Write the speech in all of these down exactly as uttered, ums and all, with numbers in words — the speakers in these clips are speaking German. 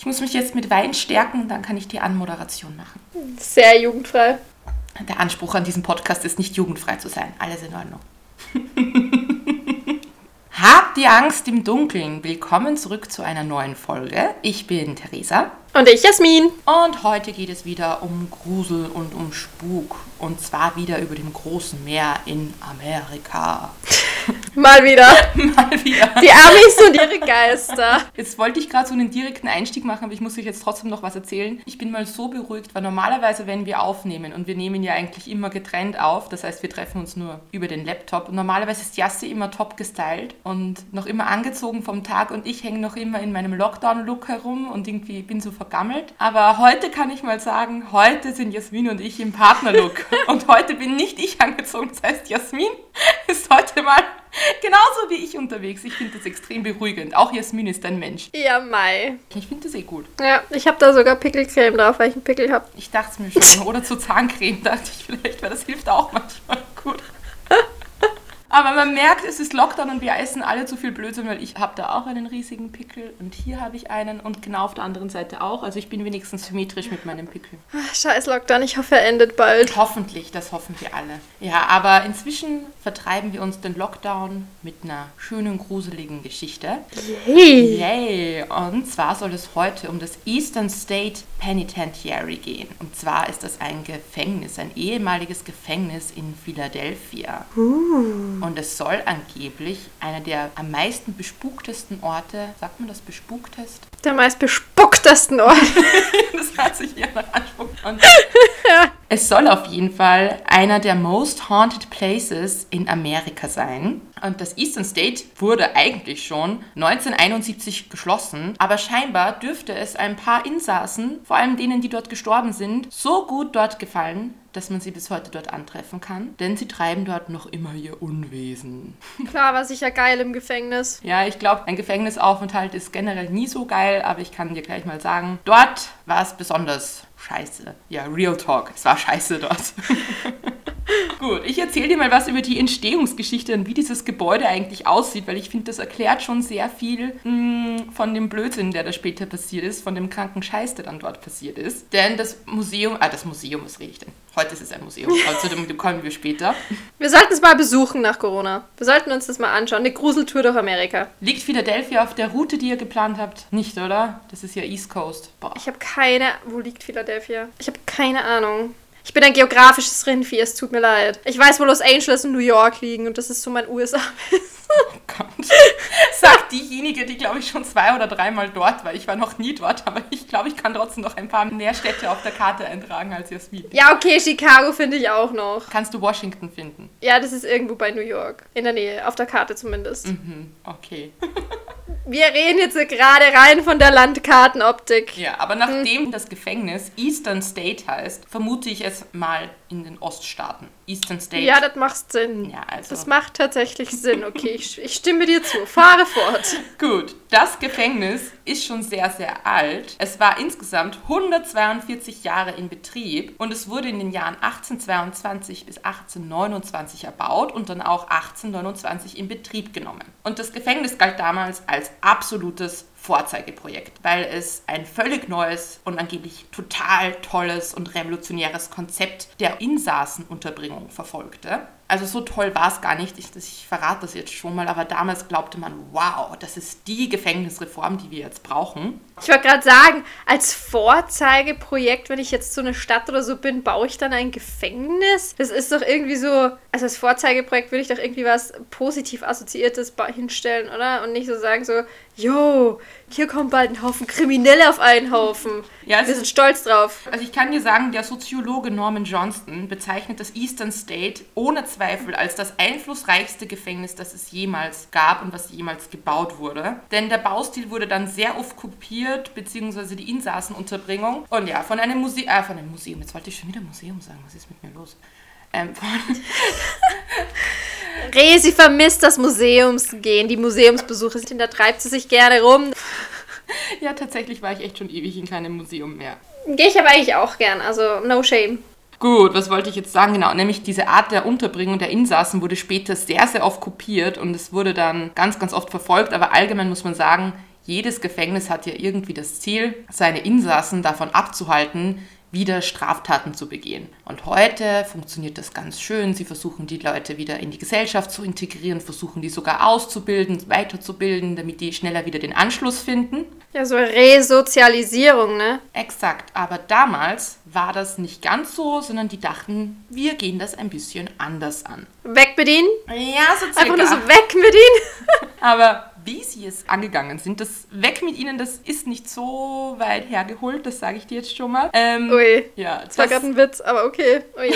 Ich muss mich jetzt mit Wein stärken, dann kann ich die Anmoderation machen. Sehr jugendfrei. Der Anspruch an diesem Podcast ist nicht jugendfrei zu sein. Alles in Ordnung. Habt die Angst im Dunkeln. Willkommen zurück zu einer neuen Folge. Ich bin Theresa. Und ich, Jasmin. Und heute geht es wieder um Grusel und um Spuk. Und zwar wieder über dem großen Meer in Amerika. Mal wieder. Mal wieder. Die Amis und ihre Geister. Jetzt wollte ich gerade so einen direkten Einstieg machen, aber ich muss euch jetzt trotzdem noch was erzählen. Ich bin mal so beruhigt, weil normalerweise, wenn wir aufnehmen, und wir nehmen ja eigentlich immer getrennt auf, das heißt, wir treffen uns nur über den Laptop. Und normalerweise ist Jassi immer top gestylt und noch immer angezogen vom Tag und ich hänge noch immer in meinem Lockdown-Look herum und irgendwie bin so vergammelt. Aber heute kann ich mal sagen, heute sind Jasmin und ich im Partnerlook. Und heute bin nicht ich angezogen, das heißt, Jasmin ist heute mal genauso wie ich unterwegs. Ich finde das extrem beruhigend. Auch Jasmin ist ein Mensch. Ja, Mai. Ich finde das eh gut. Ja, ich habe da sogar Pickelcreme drauf, weil ich einen Pickel habe. Ich dachte es mir schon. Oder zu Zahncreme dachte ich vielleicht, weil das hilft auch manchmal gut. Aber man merkt, es ist Lockdown und wir essen alle zu viel Blödsinn, weil ich habe da auch einen riesigen Pickel und hier habe ich einen und genau auf der anderen Seite auch. Also ich bin wenigstens symmetrisch mit meinem Pickel. Ach, scheiß Lockdown, ich hoffe, er endet bald. Hoffentlich, das hoffen wir alle. Ja, aber inzwischen vertreiben wir uns den Lockdown mit einer schönen, gruseligen Geschichte. Yay! Yay! Und zwar soll es heute um das Eastern State Penitentiary gehen. Und zwar ist das ein Gefängnis, ein ehemaliges Gefängnis in Philadelphia. Uh. Und es soll angeblich einer der am meisten bespuktesten Orte, sagt man das bespuktest? Der meist bespucktesten Ort. Das hört sich eher nach Anspruch an. Es soll auf jeden Fall einer der most haunted places in Amerika sein. Und das Eastern State wurde eigentlich schon neunzehnhunderteinundsiebzig geschlossen, aber scheinbar dürfte es ein paar Insassen, vor allem denen, die dort gestorben sind, so gut dort gefallen, dass man sie bis heute dort antreffen kann, denn sie treiben dort noch immer ihr Unwesen. Klar, war sicher geil im Gefängnis. Ja, ich glaube, ein Gefängnisaufenthalt ist generell nie so geil, aber ich kann dir gleich mal sagen, dort war es besonders scheiße. Ja, Real Talk, es war scheiße dort. Gut, ich erzähle dir mal was über die Entstehungsgeschichte und wie dieses Gebäude eigentlich aussieht, weil ich finde, das erklärt schon sehr viel mh, von dem Blödsinn, der da später passiert ist, von dem kranken Scheiß, der dann dort passiert ist. Denn das Museum, ah, das Museum, was rede ich denn? Heute ist es ein Museum, also dem kommen wir später. Wir sollten es mal besuchen nach Corona. Wir sollten uns das mal anschauen. Eine Gruseltour durch Amerika. Liegt Philadelphia auf der Route, die ihr geplant habt? Nicht, oder? Das ist ja East Coast. Boah. Ich habe keine... Wo liegt Philadelphia? Ich habe keine Ahnung. Ich bin ein geografisches Rindvieh, es tut mir leid. Ich weiß, wo Los Angeles und New York liegen und das ist so mein U S A. Oh Gott. Sagt diejenige, die, glaube ich, schon zwei oder dreimal dort war. Ich war noch nie dort, aber ich glaube, ich kann trotzdem noch ein paar mehr Städte auf der Karte eintragen als Jasmin. Ja, okay, Chicago finde ich auch noch. Kannst du Washington finden? Ja, das ist irgendwo bei New York. In der Nähe, auf der Karte zumindest. Mhm, okay. Wir reden jetzt gerade rein von der Landkartenoptik. Ja, aber nachdem hm. das Gefängnis Eastern State heißt, vermute ich es mal in den Oststaaten. Eastern State. Ja, das macht Sinn. Ja, also. Das macht tatsächlich Sinn. Okay, ich, ich stimme dir zu. Fahre fort. Gut, das Gefängnis ist schon sehr, sehr alt. Es war insgesamt hundertzweiundvierzig Jahre in Betrieb und es wurde in den Jahren achtzehnhundertzweiundzwanzig bis achtzehnhundertneunundzwanzig erbaut und dann auch achtzehnhundertneunundzwanzig in Betrieb genommen. Und das Gefängnis galt damals als absolutes Vorzeigeprojekt, weil es ein völlig neues und angeblich total tolles und revolutionäres Konzept der Insassenunterbringung verfolgte. Also so toll war es gar nicht, ich, ich verrate das jetzt schon mal, aber damals glaubte man, wow, das ist die Gefängnisreform, die wir jetzt brauchen. Ich wollte gerade sagen, als Vorzeigeprojekt, wenn ich jetzt so eine Stadt oder so bin, baue ich dann ein Gefängnis? Das ist doch irgendwie so, also als Vorzeigeprojekt würde ich doch irgendwie was positiv Assoziiertes hinstellen, oder? Und nicht so sagen so, jo, hier kommt bald ein Haufen Kriminelle auf einen Haufen. Ja, wir sind stolz drauf. Also ich kann dir sagen, der Soziologe Norman Johnston bezeichnet das Eastern State ohne Zweifel als das einflussreichste Gefängnis, das es jemals gab und was jemals gebaut wurde. Denn der Baustil wurde dann sehr oft kopiert, beziehungsweise die Insassenunterbringung. Und ja, von einem Museum, äh, von einem Museum, jetzt wollte ich schon wieder Museum sagen, was ist mit mir los? Ähm, von Resi vermisst das Museumsgehen, die Museumsbesuche, da treibt sie sich gerne rum. Ja, tatsächlich war ich echt schon ewig in keinem Museum mehr. Gehe ich aber eigentlich auch gern, also no shame. Gut, was wollte ich jetzt sagen? Genau, nämlich diese Art der Unterbringung der Insassen wurde später sehr, sehr oft kopiert und es wurde dann ganz, ganz oft verfolgt, aber allgemein muss man sagen, Jedes Gefängnis hat ja irgendwie das Ziel, seine Insassen davon abzuhalten, wieder Straftaten zu begehen. Und heute funktioniert das ganz schön. Sie versuchen, die Leute wieder in die Gesellschaft zu integrieren, versuchen, die sogar auszubilden, weiterzubilden, damit die schneller wieder den Anschluss finden. Ja, so Resozialisierung, ne? Exakt. Aber damals war das nicht ganz so, sondern die dachten, wir gehen das ein bisschen anders an. Weg mit ihnen? Ja, so circa. Einfach nur so weg mit ihnen? Aber wie sie es angegangen sind, das Weg mit ihnen, das ist nicht so weit hergeholt, das sage ich dir jetzt schon mal. Ähm, Ui, ja, das war gerade ein Witz, aber okay. Ui.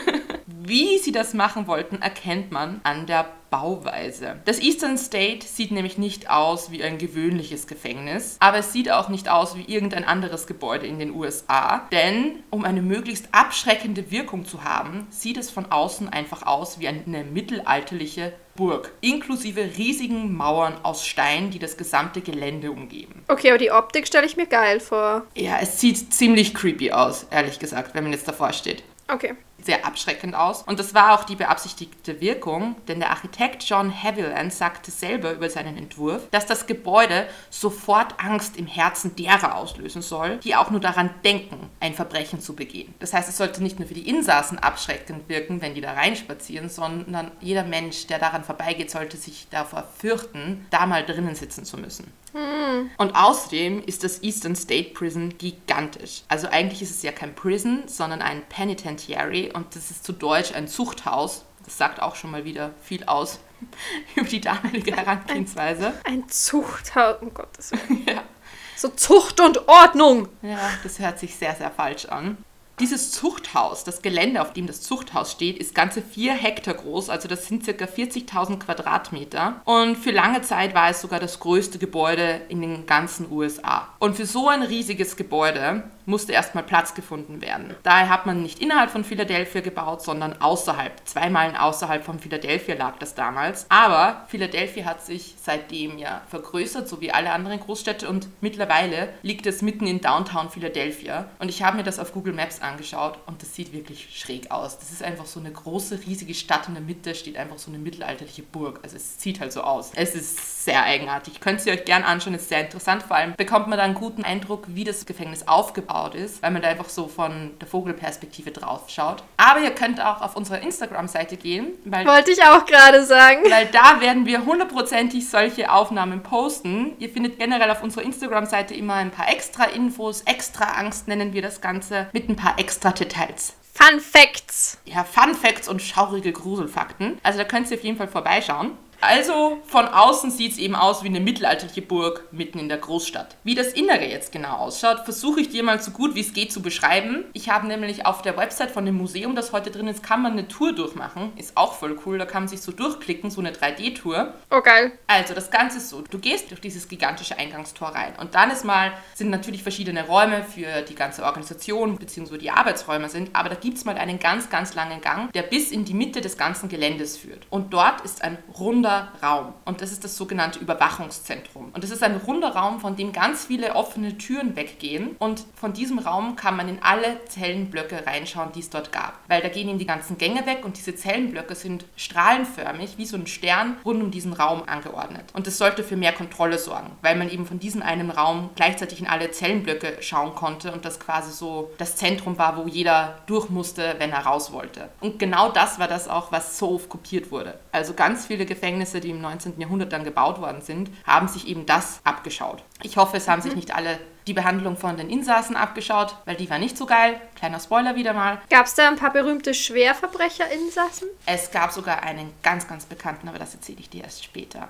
Wie sie das machen wollten, erkennt man an der Bauweise. Das Eastern State sieht nämlich nicht aus wie ein gewöhnliches Gefängnis, aber es sieht auch nicht aus wie irgendein anderes Gebäude in den U S A, denn um eine möglichst abschreckende Wirkung zu haben, sieht es von außen einfach aus wie eine mittelalterliche Burg, inklusive riesigen Mauern aus Stein, die das gesamte Gelände umgeben. Okay, aber die Optik stelle ich mir geil vor. Ja, es sieht ziemlich creepy aus, ehrlich gesagt, wenn man jetzt davor steht. Okay. Sehr abschreckend aus. Und das war auch die beabsichtigte Wirkung, denn der Architekt John Haviland sagte selber über seinen Entwurf, dass das Gebäude sofort Angst im Herzen derer auslösen soll, die auch nur daran denken, ein Verbrechen zu begehen. Das heißt, es sollte nicht nur für die Insassen abschreckend wirken, wenn die da reinspazieren, sondern jeder Mensch, der daran vorbeigeht, sollte sich davor fürchten, da mal drinnen sitzen zu müssen. Hm. Und außerdem ist das Eastern State Prison gigantisch. Also eigentlich ist es ja kein Prison, sondern ein Penitentiary und das ist zu Deutsch ein Zuchthaus. Das sagt auch schon mal wieder viel aus über die damalige Herangehensweise. Ein, ein Zuchthaus, um Gottes Willen. Ja. So Zucht und Ordnung. Ja, das hört sich sehr, sehr falsch an. Dieses Zuchthaus, das Gelände, auf dem das Zuchthaus steht, ist ganze vier Hektar groß, also das sind ca. vierzigtausend Quadratmeter. Und für lange Zeit war es sogar das größte Gebäude in den ganzen U S A. Und für so ein riesiges Gebäude musste erstmal Platz gefunden werden. Daher hat man nicht innerhalb von Philadelphia gebaut, sondern außerhalb. Zwei Meilen außerhalb von Philadelphia lag das damals. Aber Philadelphia hat sich seitdem ja vergrößert, so wie alle anderen Großstädte. Und mittlerweile liegt es mitten in Downtown Philadelphia. Und ich habe mir das auf Google Maps angeschaut und das sieht wirklich schräg aus. Das ist einfach so eine große, riesige Stadt. In der Mitte steht einfach so eine mittelalterliche Burg. Also es sieht halt so aus. Es ist sehr eigenartig. Könnt ihr euch gern anschauen, ist sehr interessant. Vor allem bekommt man da einen guten Eindruck, wie das Gefängnis aufgebaut ist, weil man da einfach so von der Vogelperspektive drauf schaut. Aber ihr könnt auch auf unserer Instagram-Seite gehen, weil, Wollte ich auch gerade sagen. weil da werden wir hundertprozentig solche Aufnahmen posten. Ihr findet generell auf unserer Instagram-Seite immer ein paar extra Infos, extra Angst nennen wir das Ganze, mit ein paar extra Details. Fun Facts. Ja, Fun Facts und schaurige Gruselfakten. Also da könnt ihr auf jeden Fall vorbeischauen. Also von außen sieht es eben aus wie eine mittelalterliche Burg mitten in der Großstadt. Wie das Innere jetzt genau ausschaut, versuche ich dir mal so gut wie es geht zu beschreiben. Ich habe nämlich auf der Website von dem Museum, das heute drin ist, kann man eine Tour durchmachen. Ist auch voll cool, da kann man sich so durchklicken, so eine drei D Tour. Oh geil. Also das Ganze ist so, du gehst durch dieses gigantische Eingangstor rein und dann ist mal, sind natürlich verschiedene Räume für die ganze Organisation, beziehungsweise die Arbeitsräume sind, aber da gibt es mal einen ganz, ganz langen Gang, der bis in die Mitte des ganzen Geländes führt. Und dort ist ein runder Raum. Und das ist das sogenannte Überwachungszentrum. Und das ist ein runder Raum, von dem ganz viele offene Türen weggehen. Und von diesem Raum kann man in alle Zellenblöcke reinschauen, die es dort gab. Weil da gehen eben die ganzen Gänge weg und diese Zellenblöcke sind strahlenförmig, wie so ein Stern, rund um diesen Raum angeordnet. Und das sollte für mehr Kontrolle sorgen, weil man eben von diesem einen Raum gleichzeitig in alle Zellenblöcke schauen konnte und das quasi so das Zentrum war, wo jeder durch musste, wenn er raus wollte. Und genau das war das auch, was so oft kopiert wurde. Also ganz viele Gefängnisse, die im neunzehnten Jahrhundert dann gebaut worden sind, haben sich eben das abgeschaut. Ich hoffe, es haben sich nicht alle die Behandlung von den Insassen abgeschaut, weil die war nicht so geil. Kleiner Spoiler wieder mal. Gab es da ein paar berühmte Schwerverbrecher-Insassen? Es gab sogar einen ganz, ganz bekannten, aber das erzähle ich dir erst später.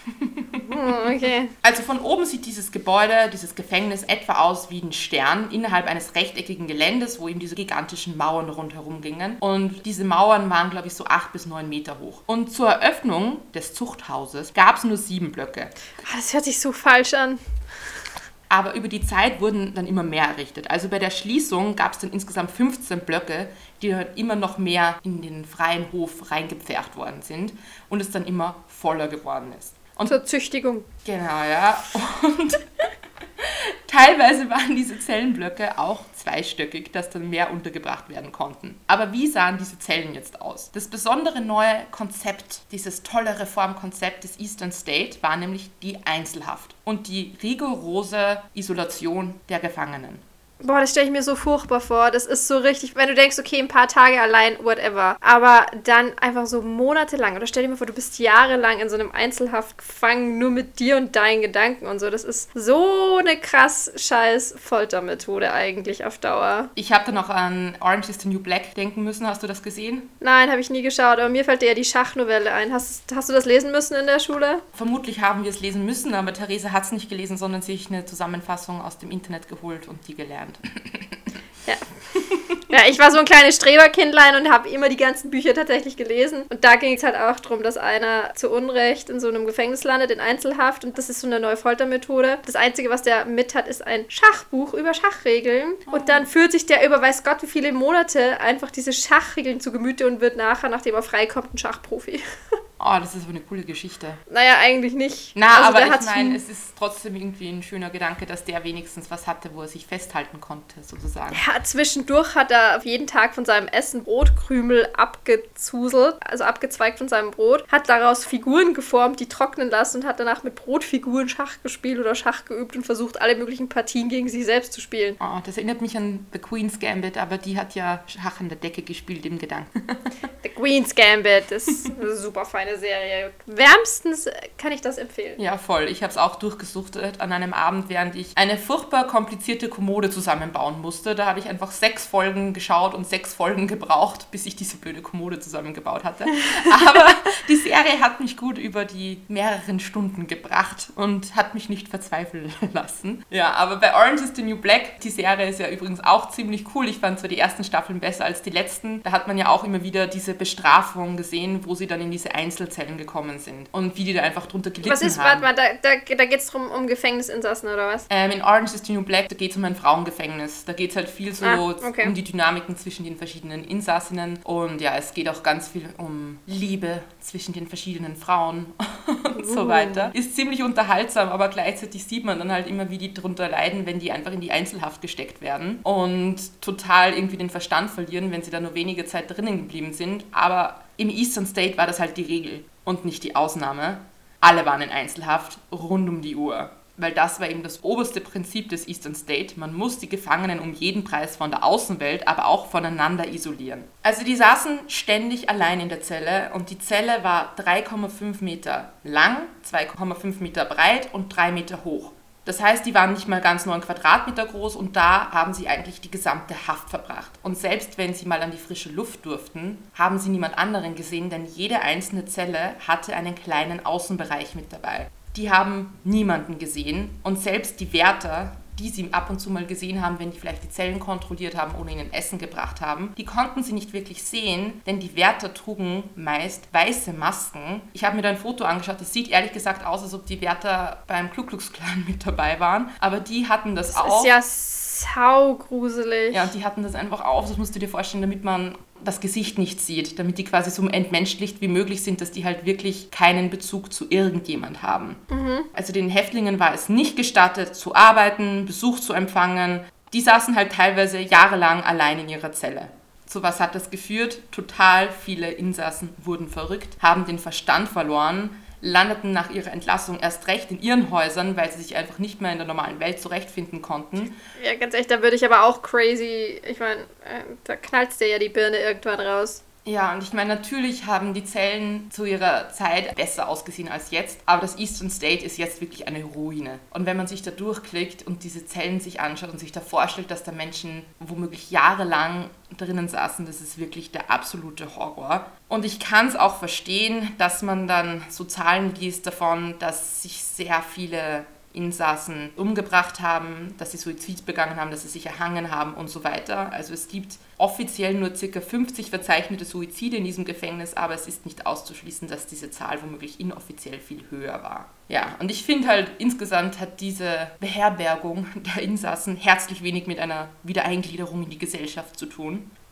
Oh, okay. Also von oben sieht dieses Gebäude, dieses Gefängnis etwa aus wie ein Stern innerhalb eines rechteckigen Geländes, wo eben diese gigantischen Mauern rundherum gingen. Und diese Mauern waren, glaube ich, so acht bis neun Meter hoch. Und zur Eröffnung des Zuchthauses gab es nur sieben Blöcke. Das hört sich so falsch an. Aber über die Zeit wurden dann immer mehr errichtet. Also bei der Schließung gab es dann insgesamt fünfzehn Blöcke, die dann immer noch mehr in den freien Hof reingepfercht worden sind und es dann immer voller geworden ist. Und zur Züchtigung. Genau, ja. Und Teilweise waren diese Zellenblöcke auch zweistöckig, dass dann mehr untergebracht werden konnten. Aber wie sahen diese Zellen jetzt aus? Das besondere neue Konzept, dieses tolle Reformkonzept des Eastern State war nämlich die Einzelhaft und die rigorose Isolation der Gefangenen. Boah, das stelle ich mir so furchtbar vor. Das ist so richtig, wenn du denkst, okay, ein paar Tage allein, whatever. Aber dann einfach so monatelang. Oder stell dir mal vor, du bist jahrelang in so einem Einzelhaft gefangen, nur mit dir und deinen Gedanken und so. Das ist so eine krass scheiß Foltermethode eigentlich auf Dauer. Ich habe dann noch an Orange is the New Black denken müssen. Hast du das gesehen? Nein, habe ich nie geschaut. Aber mir fällt dir ja die Schachnovelle ein. Hast, hast du das lesen müssen in der Schule? Vermutlich haben wir es lesen müssen, aber Therese hat es nicht gelesen, sondern sich eine Zusammenfassung aus dem Internet geholt und die gelernt. Ja. Ja, ich war so ein kleines Streberkindlein und habe immer die ganzen Bücher tatsächlich gelesen. Und da ging es halt auch darum, dass einer zu Unrecht in so einem Gefängnis landet, in Einzelhaft. Und das ist so eine neue Foltermethode. Das Einzige, was der mit hat, ist ein Schachbuch über Schachregeln. Oh. Und dann führt sich der über weiß Gott wie viele Monate einfach diese Schachregeln zu Gemüte und wird nachher, nachdem er freikommt, ein Schachprofi. Oh, das ist aber eine coole Geschichte. Naja, eigentlich nicht. Na, also aber ich meine, es ist trotzdem irgendwie ein schöner Gedanke, dass der wenigstens was hatte, wo er sich festhalten konnte, sozusagen. Ja, zwischendurch hat er jeden Tag von seinem Essen Brotkrümel abgezuselt, also abgezweigt von seinem Brot, hat daraus Figuren geformt, die trocknen lassen und hat danach mit Brotfiguren Schach gespielt oder Schach geübt und versucht, alle möglichen Partien gegen sich selbst zu spielen. Oh, das erinnert mich an The Queen's Gambit, aber die hat ja Schach an der Decke gespielt im Gedanken. The Queen's Gambit ist eine super feine Serie. Wärmstens kann ich das empfehlen. Ja, voll. Ich habe es auch durchgesuchtet an einem Abend, während ich eine furchtbar komplizierte Kommode zusammenbauen musste. Da habe ich einfach sechs Folgen geschaut und sechs Folgen gebraucht, bis ich diese blöde Kommode zusammengebaut hatte. Aber die Serie hat mich gut über die mehreren Stunden gebracht und hat mich nicht verzweifeln lassen. Ja, aber bei Orange is the New Black, die Serie ist ja übrigens auch ziemlich cool. Ich fand zwar die ersten Staffeln besser als die letzten. Da hat man ja auch immer wieder diese Bestrafung gesehen, wo sie dann in diese Einzelzellen gekommen sind und wie die da einfach drunter gelitten haben. Was ist, warte mal, da, da, da geht es darum, um Gefängnisinsassen oder was? Ähm, in Orange is the New Black, da geht es um ein Frauengefängnis. Da geht es halt viel so ah, okay. um die Dynamiken zwischen den verschiedenen Insassinnen und ja, es geht auch ganz viel um Liebe zwischen den verschiedenen Frauen und uh. so weiter. Ist ziemlich unterhaltsam, aber gleichzeitig sieht man dann halt immer, wie die darunter leiden, wenn die einfach in die Einzelhaft gesteckt werden und total irgendwie den Verstand verlieren, wenn sie da nur wenige Zeit drinnen geblieben sind. Aber im Eastern State war das halt die Regel und nicht die Ausnahme. Alle waren in Einzelhaft rund um die Uhr. Weil das war eben das oberste Prinzip des Eastern State. Man muss die Gefangenen um jeden Preis von der Außenwelt, aber auch voneinander isolieren. Also die saßen ständig allein in der Zelle und die Zelle war drei Komma fünf Meter lang, zwei Komma fünf Meter breit und drei Meter hoch. Das heißt, die waren nicht mal ganz neun Quadratmeter groß und da haben sie eigentlich die gesamte Haft verbracht. Und selbst wenn sie mal an die frische Luft durften, haben sie niemand anderen gesehen, denn jede einzelne Zelle hatte einen kleinen Außenbereich mit dabei. Die haben niemanden gesehen und selbst die Wärter, die sie ab und zu mal gesehen haben, wenn die vielleicht die Zellen kontrolliert haben oder ihnen Essen gebracht haben, die konnten sie nicht wirklich sehen, denn die Wärter trugen meist weiße Masken. Ich habe mir da ein Foto angeschaut, das sieht ehrlich gesagt aus, als ob die Wärter beim Ku Klux Klan mit dabei waren, aber die hatten das, das auch. Das ist ja saugruselig. Ja, und die hatten das einfach auf, das musst du dir vorstellen, damit man das Gesicht nicht sieht, damit die quasi so entmenschlicht wie möglich sind, dass die halt wirklich keinen Bezug zu irgendjemand haben. Mhm. Also den Häftlingen war es nicht gestattet, zu arbeiten, Besuch zu empfangen. Die saßen halt teilweise jahrelang allein in ihrer Zelle. Zu was hat das geführt? Total viele Insassen wurden verrückt, haben den Verstand verloren, landeten nach ihrer Entlassung erst recht in ihren Häusern, weil sie sich einfach nicht mehr in der normalen Welt zurechtfinden konnten. Ja, ganz echt, da würde ich aber auch crazy, ich meine, äh, da knallst dir ja die Birne irgendwann raus. Ja, und ich meine, natürlich haben die Zellen zu ihrer Zeit besser ausgesehen als jetzt, aber das Eastern State ist jetzt wirklich eine Ruine. Und wenn man sich da durchklickt und diese Zellen sich anschaut und sich da vorstellt, dass da Menschen womöglich jahrelang drinnen saßen, das ist wirklich der absolute Horror. Und ich kann es auch verstehen, dass man dann so Zahlen liest davon, dass sich sehr viele Insassen umgebracht haben, dass sie Suizid begangen haben, dass sie sich erhangen haben und so weiter. Also es gibt offiziell nur ca. fünfzig verzeichnete Suizide in diesem Gefängnis, aber es ist nicht auszuschließen, dass diese Zahl womöglich inoffiziell viel höher war. Ja, und ich finde halt, insgesamt hat diese Beherbergung der Insassen herzlich wenig mit einer Wiedereingliederung in die Gesellschaft zu tun.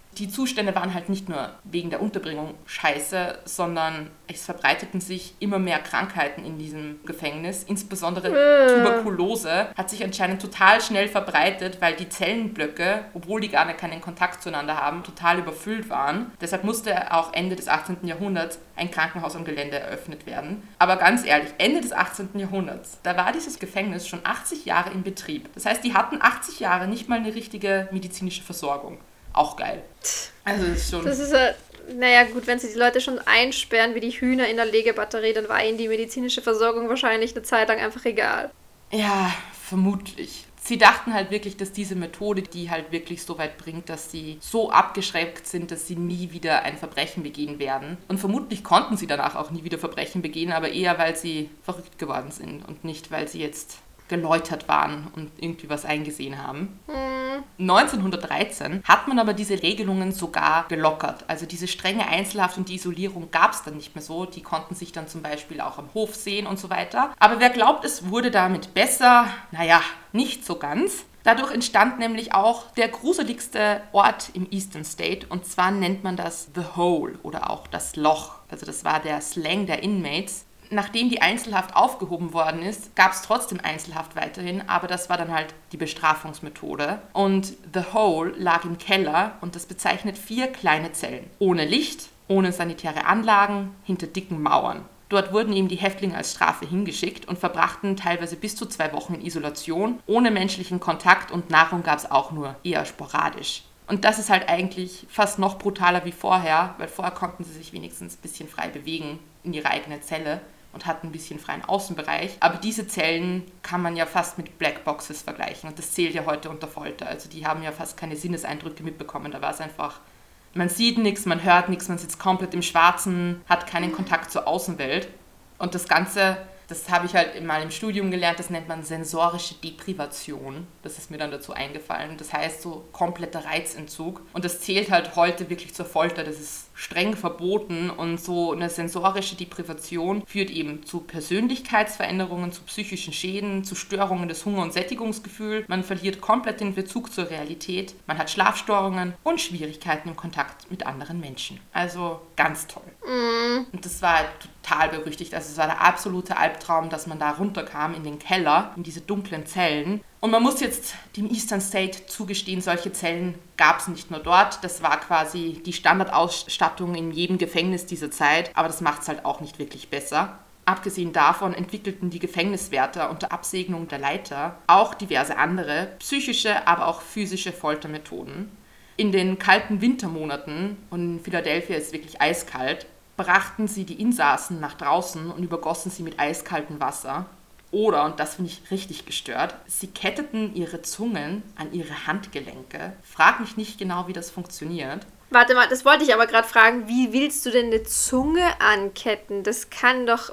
Die Zustände waren halt nicht nur wegen der Unterbringung scheiße, sondern es verbreiteten sich immer mehr Krankheiten in diesem Gefängnis. Insbesondere äh. Tuberkulose hat sich anscheinend total schnell verbreitet, weil die Zellenblöcke, obwohl die gar nicht keinen Kontakt zueinander haben, total überfüllt waren. Deshalb musste auch Ende des achtzehnten. Jahrhunderts ein Krankenhaus am Gelände eröffnet werden. Aber ganz ehrlich, Ende des achtzehnten. Jahrhunderts, da war dieses Gefängnis schon achtzig Jahre in Betrieb. Das heißt, die hatten achtzig Jahre nicht mal eine richtige medizinische Versorgung. Auch geil. Also das ist schon... Das ist ja, naja gut, wenn sie die Leute schon einsperren wie die Hühner in der Legebatterie, dann war ihnen die medizinische Versorgung wahrscheinlich eine Zeit lang einfach egal. Ja, vermutlich. Sie dachten halt wirklich, dass diese Methode die halt wirklich so weit bringt, dass sie so abgeschreckt sind, dass sie nie wieder ein Verbrechen begehen werden. Und vermutlich konnten sie danach auch nie wieder Verbrechen begehen, aber eher, weil sie verrückt geworden sind und nicht, weil sie jetzt geläutert waren und irgendwie was eingesehen haben. Hm. neunzehnhundertdreizehn hat man aber diese Regelungen sogar gelockert. Also diese strenge Einzelhaft und die Isolierung gab es dann nicht mehr so. Die konnten sich dann zum Beispiel auch am Hof sehen und so weiter. Aber wer glaubt, es wurde damit besser? Naja, nicht so ganz. Dadurch entstand nämlich auch der gruseligste Ort im Eastern State, und zwar nennt man das The Hole oder auch das Loch. Also das war der Slang der Inmates. Nachdem die Einzelhaft aufgehoben worden ist, gab es trotzdem Einzelhaft weiterhin, aber das war dann halt die Bestrafungsmethode. Und The Hole lag im Keller und das bezeichnet vier kleine Zellen. Ohne Licht, ohne sanitäre Anlagen, hinter dicken Mauern. Dort wurden eben die Häftlinge als Strafe hingeschickt und verbrachten teilweise bis zu zwei Wochen in Isolation, ohne menschlichen Kontakt, und Nahrung gab es auch nur eher sporadisch. Und das ist halt eigentlich fast noch brutaler wie vorher, weil vorher konnten sie sich wenigstens ein bisschen frei bewegen in ihre eigene Zelle und hatten ein bisschen freien Außenbereich. Aber diese Zellen kann man ja fast mit Blackboxes vergleichen, und das zählt ja heute unter Folter. Also die haben ja fast keine Sinneseindrücke mitbekommen. Da war es einfach, man sieht nichts, man hört nichts, man sitzt komplett im Schwarzen, hat keinen Kontakt zur Außenwelt. Und das Ganze, das habe ich halt mal im Studium gelernt, das nennt man sensorische Deprivation. Das ist mir dann dazu eingefallen. Das heißt so kompletter Reizentzug. Und das zählt halt heute wirklich zur Folter. Das ist streng verboten, und so eine sensorische Deprivation führt eben zu Persönlichkeitsveränderungen, zu psychischen Schäden, zu Störungen des Hunger- und Sättigungsgefühls. Man verliert komplett den Bezug zur Realität. Man hat Schlafstörungen und Schwierigkeiten im Kontakt mit anderen Menschen. Also ganz toll. Mm. Und das war total berüchtigt. Also es war der absolute Albtraum, dass man da runterkam in den Keller, in diese dunklen Zellen. Und man muss jetzt dem Eastern State zugestehen, solche Zellen gab es nicht nur dort. Das war quasi die Standardausstattung in jedem Gefängnis dieser Zeit. Aber das macht es halt auch nicht wirklich besser. Abgesehen davon entwickelten die Gefängniswärter unter Absegnung der Leiter auch diverse andere psychische, aber auch physische Foltermethoden. In den kalten Wintermonaten, und in Philadelphia ist es wirklich eiskalt, brachten sie die Insassen nach draußen und übergossen sie mit eiskaltem Wasser. Oder, und das finde ich richtig gestört, sie ketteten ihre Zungen an ihre Handgelenke. Frag mich nicht genau, wie das funktioniert. Warte mal, das wollte ich aber gerade fragen. Wie willst du denn eine Zunge anketten? Das kann doch...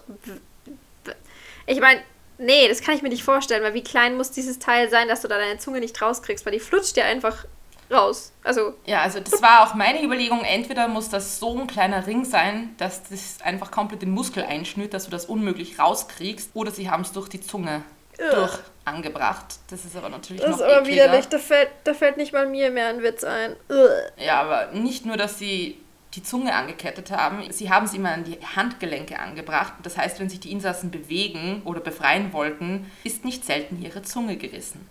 Ich meine, nee, das kann ich mir nicht vorstellen, weil wie klein muss dieses Teil sein, dass du da deine Zunge nicht rauskriegst, weil die flutscht dir einfach raus. Also ja, also das war auch meine Überlegung. Entweder muss das so ein kleiner Ring sein, dass das einfach komplett den Muskel einschnürt, dass du das unmöglich rauskriegst, oder sie haben es durch die Zunge Ugh. durch angebracht. Das ist aber natürlich das noch Das ist aber ekliger. widerlich. Da fällt, da fällt nicht mal mir mehr ein Witz ein. Ugh. Ja, aber nicht nur, dass sie die Zunge angekettet haben, sie haben sie immer an die Handgelenke angebracht. Das heißt, wenn sich die Insassen bewegen oder befreien wollten, ist nicht selten ihre Zunge gerissen.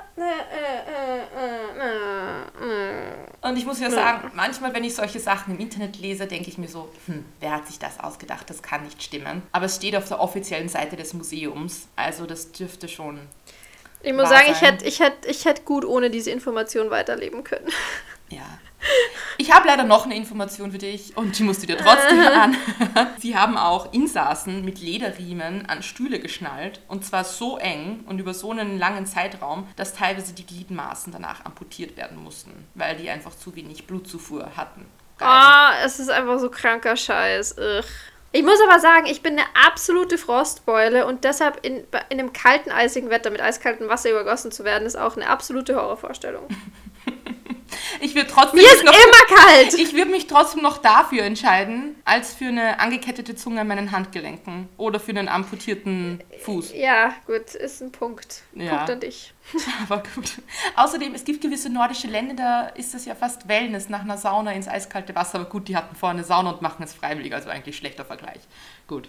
Und ich muss ja sagen, manchmal, wenn ich solche Sachen im Internet lese, denke ich mir so, hm, wer hat sich das ausgedacht? Das kann nicht stimmen. Aber es steht auf der offiziellen Seite des Museums, also das dürfte schon. Ich muss sagen, ich hätte ich hätt, ich hätt gut ohne diese Information weiterleben können. Ja. Ich habe leider noch eine Information für dich, und die musst du dir trotzdem an. Sie haben auch Insassen mit Lederriemen an Stühle geschnallt, und zwar so eng und über so einen langen Zeitraum, dass teilweise die Gliedmaßen danach amputiert werden mussten, weil die einfach zu wenig Blutzufuhr hatten. Ah, oh, es ist einfach so kranker Scheiß. Ugh. Ich muss aber sagen, ich bin eine absolute Frostbeule, und deshalb in, in einem kalten, eisigen Wetter mit eiskaltem Wasser übergossen zu werden, ist auch eine absolute Horrorvorstellung. Ich würde trotzdem Mir ist noch, immer kalt. Ich würde mich trotzdem noch dafür entscheiden, als für eine angekettete Zunge an meinen Handgelenken oder für einen amputierten Fuß. Ja, gut, ist ein Punkt. Ja. Punkt an dich. Aber gut. Außerdem, es gibt gewisse nordische Länder, da ist es ja fast Wellness, nach einer Sauna ins eiskalte Wasser. Aber gut, die hatten vorher eine Sauna und machen es freiwillig, also eigentlich schlechter Vergleich. Gut.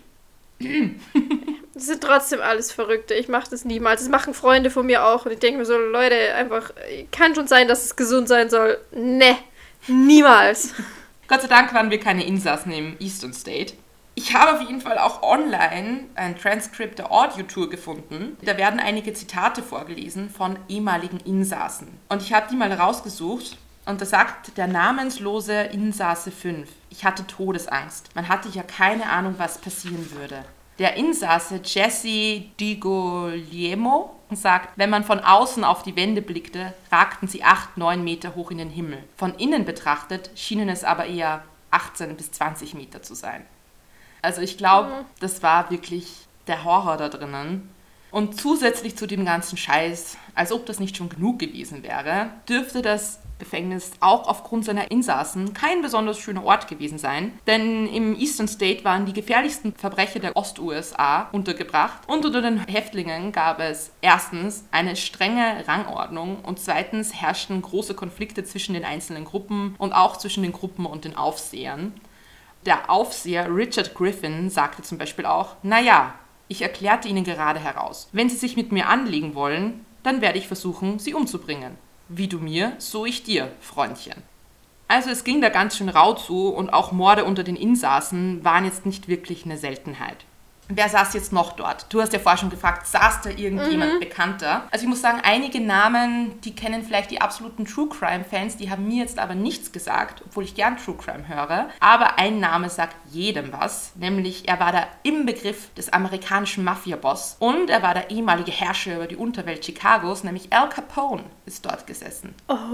Das sind trotzdem alles Verrückte. Ich mache das niemals. Das machen Freunde von mir auch. Und ich denke mir so, Leute, einfach, kann schon sein, dass es gesund sein soll. Ne, niemals. Gott sei Dank waren wir keine Insassen im Eastern State. Ich habe auf jeden Fall auch online ein Transkript der Audio-Tour gefunden. Da werden einige Zitate vorgelesen von ehemaligen Insassen. Und ich habe die mal rausgesucht. Und da sagt der namenslose Insasse fünf: Ich hatte Todesangst. Man hatte ja keine Ahnung, was passieren würde. Der Insasse Jesse DiGuglielmo sagt, wenn man von außen auf die Wände blickte, ragten sie acht, neun Meter hoch in den Himmel. Von innen betrachtet schienen es aber eher achtzehn bis zwanzig Meter zu sein. Also ich glaube, mhm. das war wirklich der Horror da drinnen. Und zusätzlich zu dem ganzen Scheiß, als ob das nicht schon genug gewesen wäre, dürfte das Gefängnis auch aufgrund seiner Insassen kein besonders schöner Ort gewesen sein. Denn im Eastern State waren die gefährlichsten Verbrecher der Ost-U S A untergebracht. Und unter den Häftlingen gab es erstens eine strenge Rangordnung und zweitens herrschten große Konflikte zwischen den einzelnen Gruppen und auch zwischen den Gruppen und den Aufsehern. Der Aufseher Richard Griffin sagte zum Beispiel auch, naja, ich erklärte Ihnen gerade heraus, wenn Sie sich mit mir anlegen wollen, dann werde ich versuchen, Sie umzubringen. Wie du mir, so ich dir, Freundchen. Also es ging da ganz schön rau zu und auch Morde unter den Insassen waren jetzt nicht wirklich eine Seltenheit. Wer saß jetzt noch dort? Du hast ja vorher schon gefragt, saß da irgendjemand mhm. Bekannter? Also ich muss sagen, einige Namen, die kennen vielleicht die absoluten True-Crime-Fans, die haben mir jetzt aber nichts gesagt, obwohl ich gern True-Crime höre. Aber ein Name sagt jedem was, nämlich er war der Inbegriff des amerikanischen Mafia-Boss und er war der ehemalige Herrscher über die Unterwelt Chicagos, nämlich Al Capone ist dort gesessen.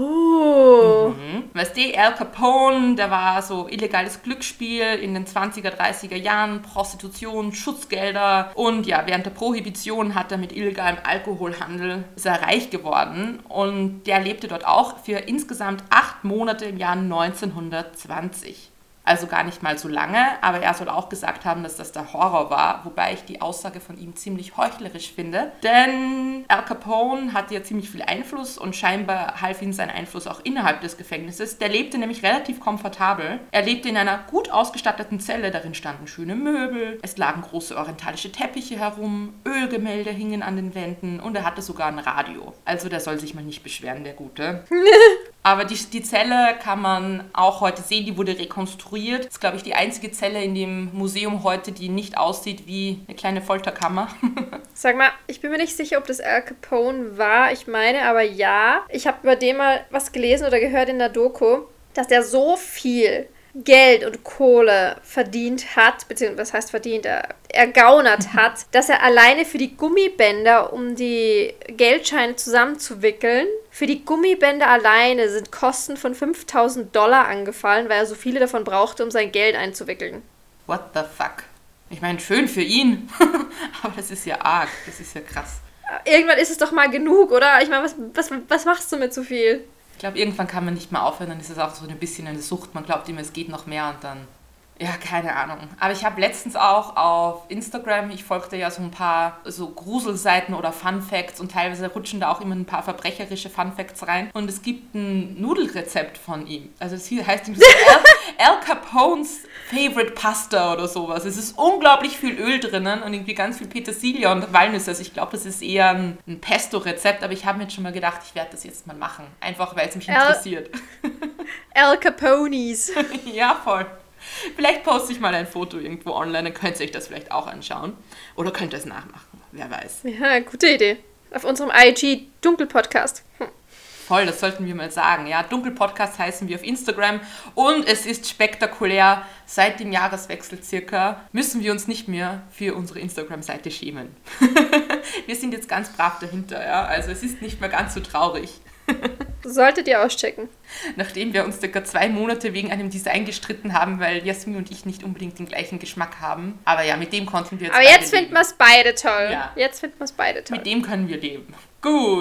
Oh! Mhm. Weißt du, Al Capone, der war so illegales Glücksspiel in den zwanziger, dreißiger Jahren, Prostitution, Schutz Gelder und ja, während der Prohibition hat er mit illegalem Alkoholhandel ist er reich geworden und der lebte dort auch für insgesamt acht Monate im Jahr neunzehnhundertzwanzig. Also gar nicht mal so lange, aber er soll auch gesagt haben, dass das der Horror war, wobei ich die Aussage von ihm ziemlich heuchlerisch finde. Denn Al Capone hatte ja ziemlich viel Einfluss und scheinbar half ihm sein Einfluss auch innerhalb des Gefängnisses. Der lebte nämlich relativ komfortabel. Er lebte in einer gut ausgestatteten Zelle, darin standen schöne Möbel, es lagen große orientalische Teppiche herum, Ölgemälde hingen an den Wänden und er hatte sogar ein Radio. Also der soll sich mal nicht beschweren, der Gute. Aber die, die Zelle kann man auch heute sehen, die wurde rekonstruiert. Das ist, glaube ich, die einzige Zelle in dem Museum heute, die nicht aussieht wie eine kleine Folterkammer. Sag mal, ich bin mir nicht sicher, ob das Al Capone war. Ich meine aber ja. Ich habe über den mal was gelesen oder gehört in der Doku, dass der so viel Geld und Kohle verdient hat, beziehungsweise was heißt verdient, er ergaunert hat, dass er alleine für die Gummibänder, um die Geldscheine zusammenzuwickeln, für die Gummibänder alleine sind Kosten von fünftausend Dollar angefallen, weil er so viele davon brauchte, um sein Geld einzuwickeln. What the fuck? Ich meine, schön für ihn, aber das ist ja arg, das ist ja krass. Irgendwann ist es doch mal genug, oder? Ich meine, was, was, was machst du mit so viel? Ich glaube, irgendwann kann man nicht mehr aufhören, dann ist es auch so ein bisschen eine Sucht. Man glaubt immer, es geht noch mehr und dann, ja, keine Ahnung. Aber ich habe letztens auch auf Instagram, ich folgte ja so ein paar so Gruselseiten oder Fun Facts und teilweise rutschen da auch immer ein paar verbrecherische Fun Facts rein. Und es gibt ein Nudelrezept von ihm. Also es heißt ihm so Al, Al Capones Favorite Pasta oder sowas. Es ist unglaublich viel Öl drinnen und irgendwie ganz viel Petersilie und Walnüsse. Also ich glaube, das ist eher ein, ein Pesto-Rezept, aber ich habe mir jetzt schon mal gedacht, ich werde das jetzt mal machen. Einfach, weil es mich Al, interessiert. Al Capones. Ja, voll. Vielleicht poste ich mal ein Foto irgendwo online, dann könnt ihr euch das vielleicht auch anschauen. Oder könnt ihr es nachmachen, wer weiß. Ja, gute Idee. Auf unserem I G Dunkel-Podcast. Hm. Voll, das sollten wir mal sagen. Ja, Dunkel-Podcast heißen wir auf Instagram und es ist spektakulär. Seit dem Jahreswechsel circa müssen wir uns nicht mehr für unsere Instagram-Seite schämen. Wir sind jetzt ganz brav dahinter, ja. Also es ist nicht mehr ganz so traurig. Solltet ihr auschecken. Nachdem wir uns circa zwei Monate wegen einem Design gestritten haben, weil Jasmin und ich nicht unbedingt den gleichen Geschmack haben. Aber ja, mit dem konnten wir jetzt Aber jetzt finden wir es beide toll. Ja. Jetzt finden wir es beide toll. Mit dem können wir leben. Gut,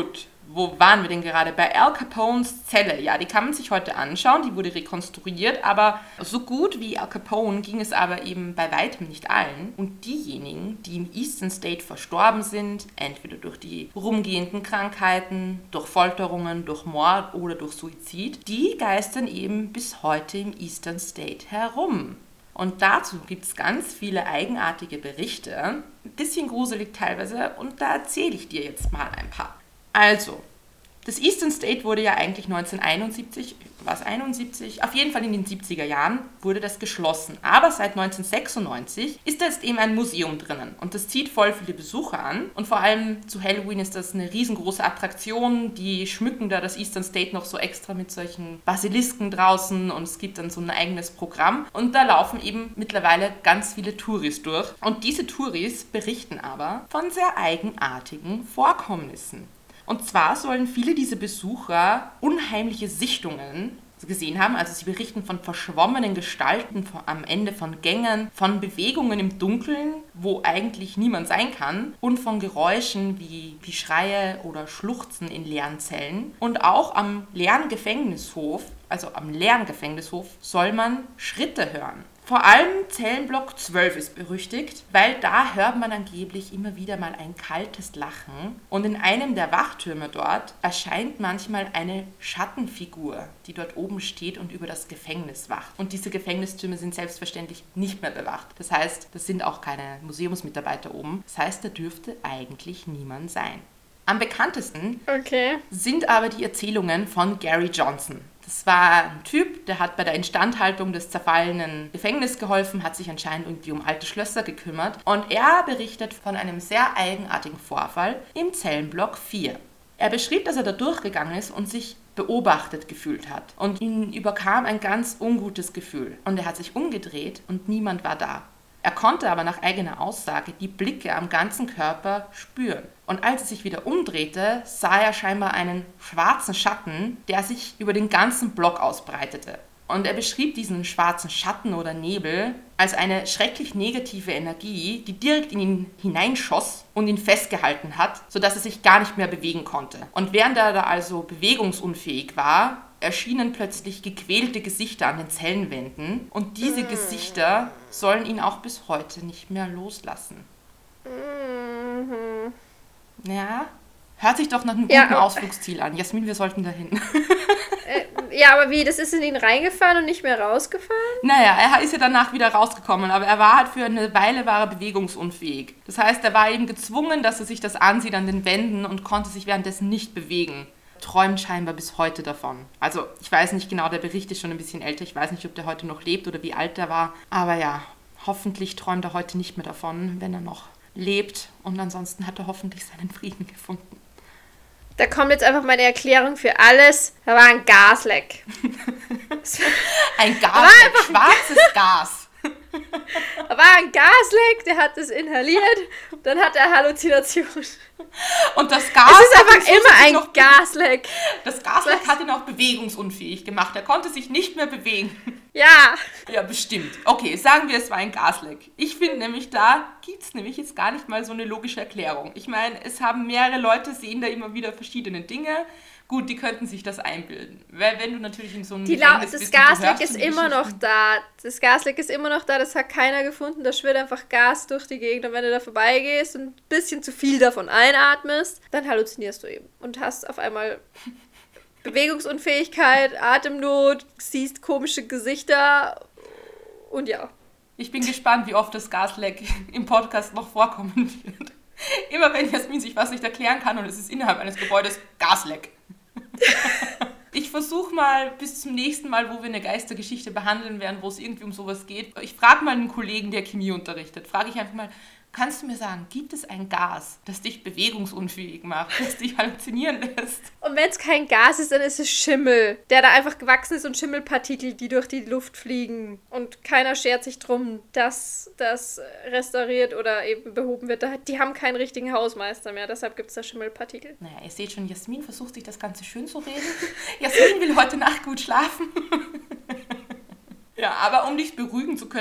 Wo waren wir denn gerade? Bei Al Capones Zelle. Ja, die kann man sich heute anschauen. Die wurde rekonstruiert. Aber so gut wie Al Capone ging es aber eben bei weitem nicht allen. Und diejenigen, die im Eastern State verstorben sind, entweder durch die rumgehenden Krankheiten, durch Folterungen, durch Mord oder durch Suizid, die geistern eben bis heute im Eastern State herum. Und dazu gibt es ganz viele eigenartige Berichte, ein bisschen gruselig teilweise, und da erzähle ich dir jetzt mal ein paar. Also, das Eastern State wurde ja eigentlich neunzehnhunderteinundsiebzig, war es einundsiebzig? Auf jeden Fall in den siebziger Jahren wurde das geschlossen. Aber seit neunzehnhundertsechsundneunzig ist da jetzt eben ein Museum drinnen. Und das zieht voll viele Besucher an. Und vor allem zu Halloween ist das eine riesengroße Attraktion. Die schmücken da das Eastern State noch so extra mit solchen Basilisken draußen. Und es gibt dann so ein eigenes Programm. Und da laufen eben mittlerweile ganz viele Touris durch. Und diese Touris berichten aber von sehr eigenartigen Vorkommnissen. Und zwar sollen viele dieser Besucher unheimliche Sichtungen gesehen haben. Also sie berichten von verschwommenen Gestalten von, am Ende von Gängen, von Bewegungen im Dunkeln, wo eigentlich niemand sein kann, und von Geräuschen wie, wie Schreie oder Schluchzen in leeren Zellen. Und auch am leeren Gefängnishof, also am leeren Gefängnishof, soll man Schritte hören. Vor allem Zellenblock zwölf ist berüchtigt, weil da hört man angeblich immer wieder mal ein kaltes Lachen. Und in einem der Wachtürme dort erscheint manchmal eine Schattenfigur, die dort oben steht und über das Gefängnis wacht. Und diese Gefängnistürme sind selbstverständlich nicht mehr bewacht. Das heißt, das sind auch keine Museumsmitarbeiter oben. Das heißt, da dürfte eigentlich niemand sein. Am bekanntesten okay. sind aber die Erzählungen von Gary Johnson. Das war ein Typ, der hat bei der Instandhaltung des zerfallenen Gefängnisses geholfen, hat sich anscheinend irgendwie um alte Schlösser gekümmert. Und er berichtet von einem sehr eigenartigen Vorfall im Zellenblock vier. Er beschrieb, dass er da durchgegangen ist und sich beobachtet gefühlt hat. Und ihn überkam ein ganz ungutes Gefühl. Und er hat sich umgedreht und niemand war da. Er konnte aber nach eigener Aussage die Blicke am ganzen Körper spüren. Und als er sich wieder umdrehte, sah er scheinbar einen schwarzen Schatten, der sich über den ganzen Block ausbreitete. Und er beschrieb diesen schwarzen Schatten oder Nebel als eine schrecklich negative Energie, die direkt in ihn hineinschoss und ihn festgehalten hat, sodass er sich gar nicht mehr bewegen konnte. Und während er da also bewegungsunfähig war, erschienen plötzlich gequälte Gesichter an den Zellenwänden. Und diese Gesichter sollen ihn auch bis heute nicht mehr loslassen. Mhm. Ja, hört sich doch nach einem Ja, guten aber- Ausflugsziel an. Jasmin, wir sollten dahin. Äh, ja, aber wie? Das ist in ihn reingefahren und nicht mehr rausgefahren? Naja, er ist ja danach wieder rausgekommen, aber er war halt für eine Weile war er bewegungsunfähig. Das heißt, er war eben gezwungen, dass er sich das ansieht an den Wänden und konnte sich währenddessen nicht bewegen. Träumt scheinbar bis heute davon. Also ich weiß nicht genau, der Bericht ist schon ein bisschen älter. Ich weiß nicht, ob der heute noch lebt oder wie alt er war. Aber ja, hoffentlich träumt er heute nicht mehr davon, wenn er noch lebt. Und ansonsten hat er hoffentlich seinen Frieden gefunden. Da kommt jetzt einfach meine Erklärung für alles. Da war ein Gasleck. Ein Gas, war ein einfach- schwarzes Gas. Da war ein Gasleck, der hat es inhaliert. Dann hat er Halluzinationen. Und das Gas Es ist hat einfach ihn zusätzlich immer ein noch Gasleck. Das Gasleck hat ihn auch bewegungsunfähig gemacht. Er konnte sich nicht mehr bewegen. Ja. Ja, bestimmt. Okay, sagen wir, es war ein Gasleck. Ich finde nämlich, da gibt es nämlich jetzt gar nicht mal so eine logische Erklärung. Ich meine, es haben mehrere Leute, sehen da immer wieder verschiedene Dinge. Gut, die könnten sich das einbilden. Weil wenn du natürlich in so einem Die Lau Gefängnis das bist und du Gasleck hörst ist so die immer noch Geschichten- da. Das Gasleck ist immer noch da, das hat keiner gefunden. Da schwirrt einfach Gas durch die Gegend. Und wenn du da vorbeigehst und ein bisschen zu viel davon einatmest, dann halluzinierst du eben. Und hast auf einmal Bewegungsunfähigkeit, Atemnot, siehst komische Gesichter und ja. Ich bin gespannt, wie oft das Gasleck im Podcast noch vorkommen wird. Immer wenn Jasmin sich was nicht erklären kann und es ist innerhalb eines Gebäudes, Gasleck. Ich versuche mal bis zum nächsten Mal, wo wir eine Geistergeschichte behandeln werden, wo es irgendwie um sowas geht. Ich frage mal einen Kollegen, der Chemie unterrichtet. Frage ich einfach mal, kannst du mir sagen, gibt es ein Gas, das dich bewegungsunfähig macht, das dich halluzinieren lässt? Und wenn es kein Gas ist, dann ist es Schimmel, der da einfach gewachsen ist und Schimmelpartikel, die durch die Luft fliegen. Und keiner schert sich drum, dass das restauriert oder eben behoben wird. Die haben keinen richtigen Hausmeister mehr, deshalb gibt es da Schimmelpartikel. Naja, ihr seht schon, Jasmin versucht sich das Ganze schön zu reden. Jasmin will heute Nacht gut schlafen. Ja, aber um dich beruhigen zu können,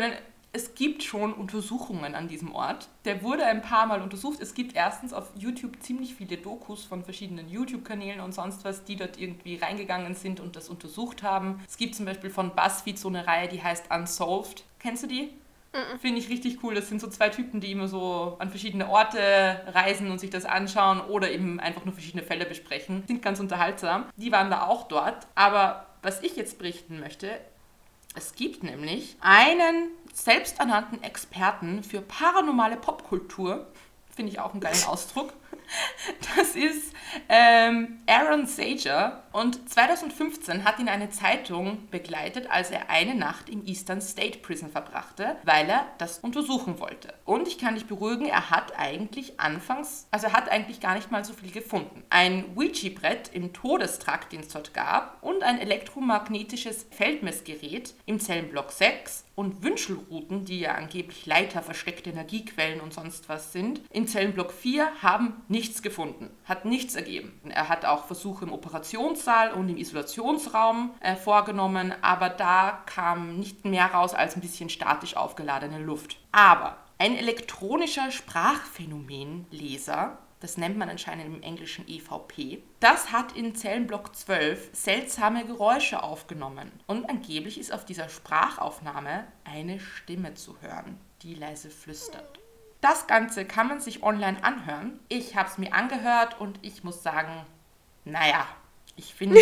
Es gibt schon Untersuchungen an diesem Ort. Der wurde ein paar Mal untersucht. Es gibt erstens auf YouTube ziemlich viele Dokus von verschiedenen YouTube-Kanälen und sonst was, die dort irgendwie reingegangen sind und das untersucht haben. Es gibt zum Beispiel von BuzzFeed so eine Reihe, die heißt Unsolved. Kennst du die? Mhm. Finde ich richtig cool. Das sind so zwei Typen, die immer so an verschiedene Orte reisen und sich das anschauen oder eben einfach nur verschiedene Fälle besprechen. Sind ganz unterhaltsam. Die waren da auch dort. Aber was ich jetzt berichten möchte, es gibt nämlich einen selbsternannten Experten für paranormale Popkultur. Finde ich auch einen geilen Ausdruck. Das ist ähm, Aaron Sager und zwanzig fünfzehn hat ihn eine Zeitung begleitet, als er eine Nacht im Eastern State Prison verbrachte, weil er das untersuchen wollte. Und ich kann dich beruhigen, er hat eigentlich anfangs, also er hat eigentlich gar nicht mal so viel gefunden. Ein Ouija-Brett im Todestrakt, den es dort gab, und ein elektromagnetisches Feldmessgerät im Zellenblock sechs und Wünschelruten, die ja angeblich Leiter, versteckte Energiequellen und sonst was sind, im Zellenblock vier haben nichts gefunden, hat nichts ergeben. Er hat auch Versuche im Operationssaal und im Isolationsraum äh, vorgenommen, aber da kam nicht mehr raus als ein bisschen statisch aufgeladene Luft. Aber ein elektronischer Sprachphänomenleser, das nennt man anscheinend im Englischen E V P, das hat in Zellenblock zwölf seltsame Geräusche aufgenommen. Und angeblich ist auf dieser Sprachaufnahme eine Stimme zu hören, die leise flüstert. Das Ganze kann man sich online anhören. Ich habe es mir angehört und ich muss sagen, naja, ich finde,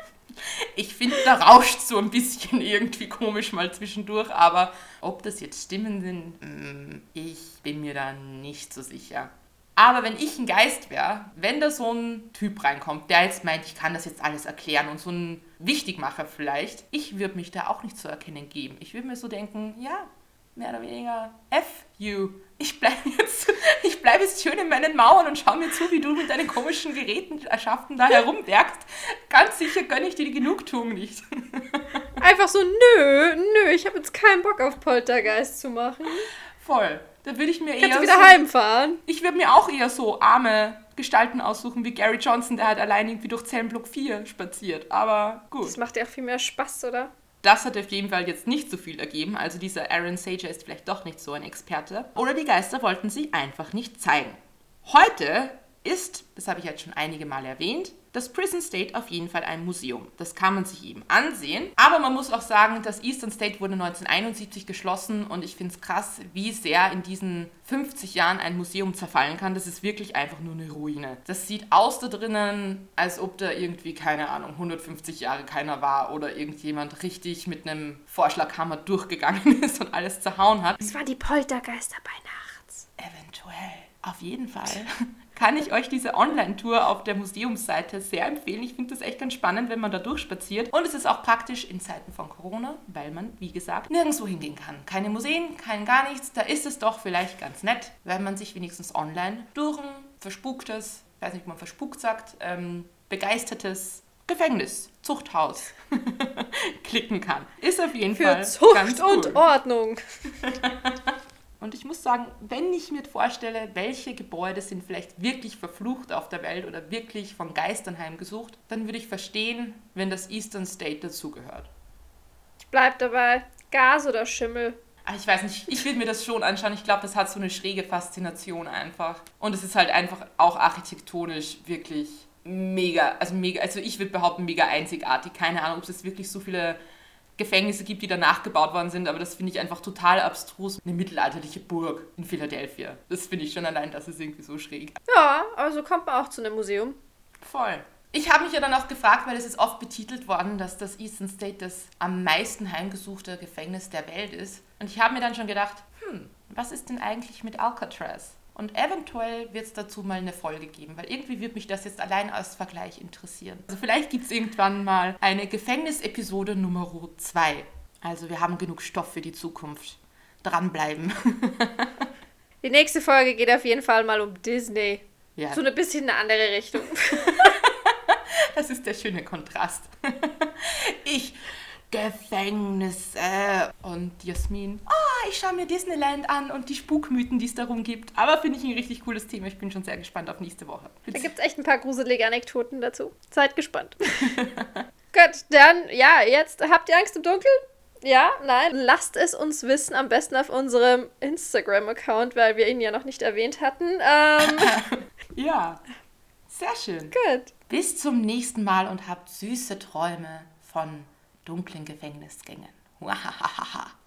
ich finde, da rauscht so ein bisschen irgendwie komisch mal zwischendurch, aber ob das jetzt Stimmen sind, ich bin mir da nicht so sicher. Aber wenn ich ein Geist wäre, wenn da so ein Typ reinkommt, der jetzt meint, ich kann das jetzt alles erklären und so ein Wichtigmacher vielleicht, ich würde mich da auch nicht zu erkennen geben. Ich würde mir so denken, ja, mehr oder weniger F you. Ich bleibe jetzt, ich bleib jetzt schön in meinen Mauern und schau mir zu, wie du mit deinen komischen Geräten erschafften da herumwerkst. Ganz sicher gönne ich dir die Genugtuung nicht. Einfach so, nö, nö, ich habe jetzt keinen Bock auf Poltergeist zu machen. Voll. Da würde ich mir Kannst eher du wieder so, heimfahren? Ich würde mir auch eher so arme Gestalten aussuchen wie Gary Johnson, der halt allein irgendwie durch Zellenblock vier spaziert. Aber gut. Das macht ja auch viel mehr Spaß, oder? Das hat auf jeden Fall jetzt nicht so viel ergeben. Also dieser Aaron Sager ist vielleicht doch nicht so ein Experte. Oder die Geister wollten sie einfach nicht zeigen. Heute ist, das habe ich jetzt schon einige Mal erwähnt, das Prison State auf jeden Fall ein Museum. Das kann man sich eben ansehen. Aber man muss auch sagen, das Eastern State wurde neunzehnhunderteinundsiebzig geschlossen und ich finde es krass, wie sehr in diesen fünfzig Jahren ein Museum zerfallen kann. Das ist wirklich einfach nur eine Ruine. Das sieht aus da drinnen, als ob da irgendwie, keine Ahnung, hundertfünfzig Jahre keiner war oder irgendjemand richtig mit einem Vorschlaghammer durchgegangen ist und alles zerhauen hat. Es war die Poltergeister bei nachts. Eventuell. Auf jeden Fall kann ich euch diese Online-Tour auf der Museumsseite sehr empfehlen. Ich finde das echt ganz spannend, wenn man da durchspaziert. Und es ist auch praktisch in Zeiten von Corona, weil man, wie gesagt, nirgendwo hingehen kann. Keine Museen, kein gar nichts. Da ist es doch vielleicht ganz nett, wenn man sich wenigstens online durch ein verspuktes, ich weiß nicht, wie man verspukt sagt, ähm, begeistertes Gefängnis, Zuchthaus klicken kann. Ist auf jeden Für Fall Zucht ganz cool. Und Ordnung. Und ich muss sagen, wenn ich mir vorstelle, welche Gebäude sind vielleicht wirklich verflucht auf der Welt oder wirklich von Geistern heimgesucht, dann würde ich verstehen, wenn das Eastern State dazugehört. Ich bleib dabei. Gas oder Schimmel? Ach, ich weiß nicht, ich würde mir das schon anschauen. Ich glaube, das hat so eine schräge Faszination einfach. Und es ist halt einfach auch architektonisch wirklich mega, also mega, also ich würde behaupten, mega einzigartig. Keine Ahnung, ob es wirklich so viele Gefängnisse gibt, die da nachgebaut worden sind, aber das finde ich einfach total abstrus. Eine mittelalterliche Burg in Philadelphia. Das finde ich schon allein, das ist irgendwie so schräg. Ja, aber so kommt man auch zu einem Museum. Voll. Ich habe mich ja dann auch gefragt, weil es ist oft betitelt worden, dass das Eastern State das am meisten heimgesuchte Gefängnis der Welt ist. Und ich habe mir dann schon gedacht, hm, was ist denn eigentlich mit Alcatraz? Und eventuell wird es dazu mal eine Folge geben, weil irgendwie wird mich das jetzt allein als Vergleich interessieren. Also vielleicht gibt es irgendwann mal eine Gefängnisepisode Nummer zwei. Also wir haben genug Stoff für die Zukunft. Dranbleiben. Die nächste Folge geht auf jeden Fall mal um Disney. Ja. So ein bisschen eine andere Richtung. Das ist der schöne Kontrast. Ich... Gefängnisse. Und Jasmin, oh, ich schaue mir Disneyland an und die Spukmythen, die es darum gibt. Aber finde ich ein richtig cooles Thema. Ich bin schon sehr gespannt auf nächste Woche. Da gibt es echt ein paar gruselige Anekdoten dazu. Seid gespannt. Gut, dann, ja, jetzt habt ihr Angst im Dunkeln? Ja, nein, lasst es uns wissen, am besten auf unserem Instagram-Account, weil wir ihn ja noch nicht erwähnt hatten. Ähm, ja, sehr schön. Gut. Bis zum nächsten Mal und habt süße Träume von dunklen Gefängnisgängen. Wahahaha.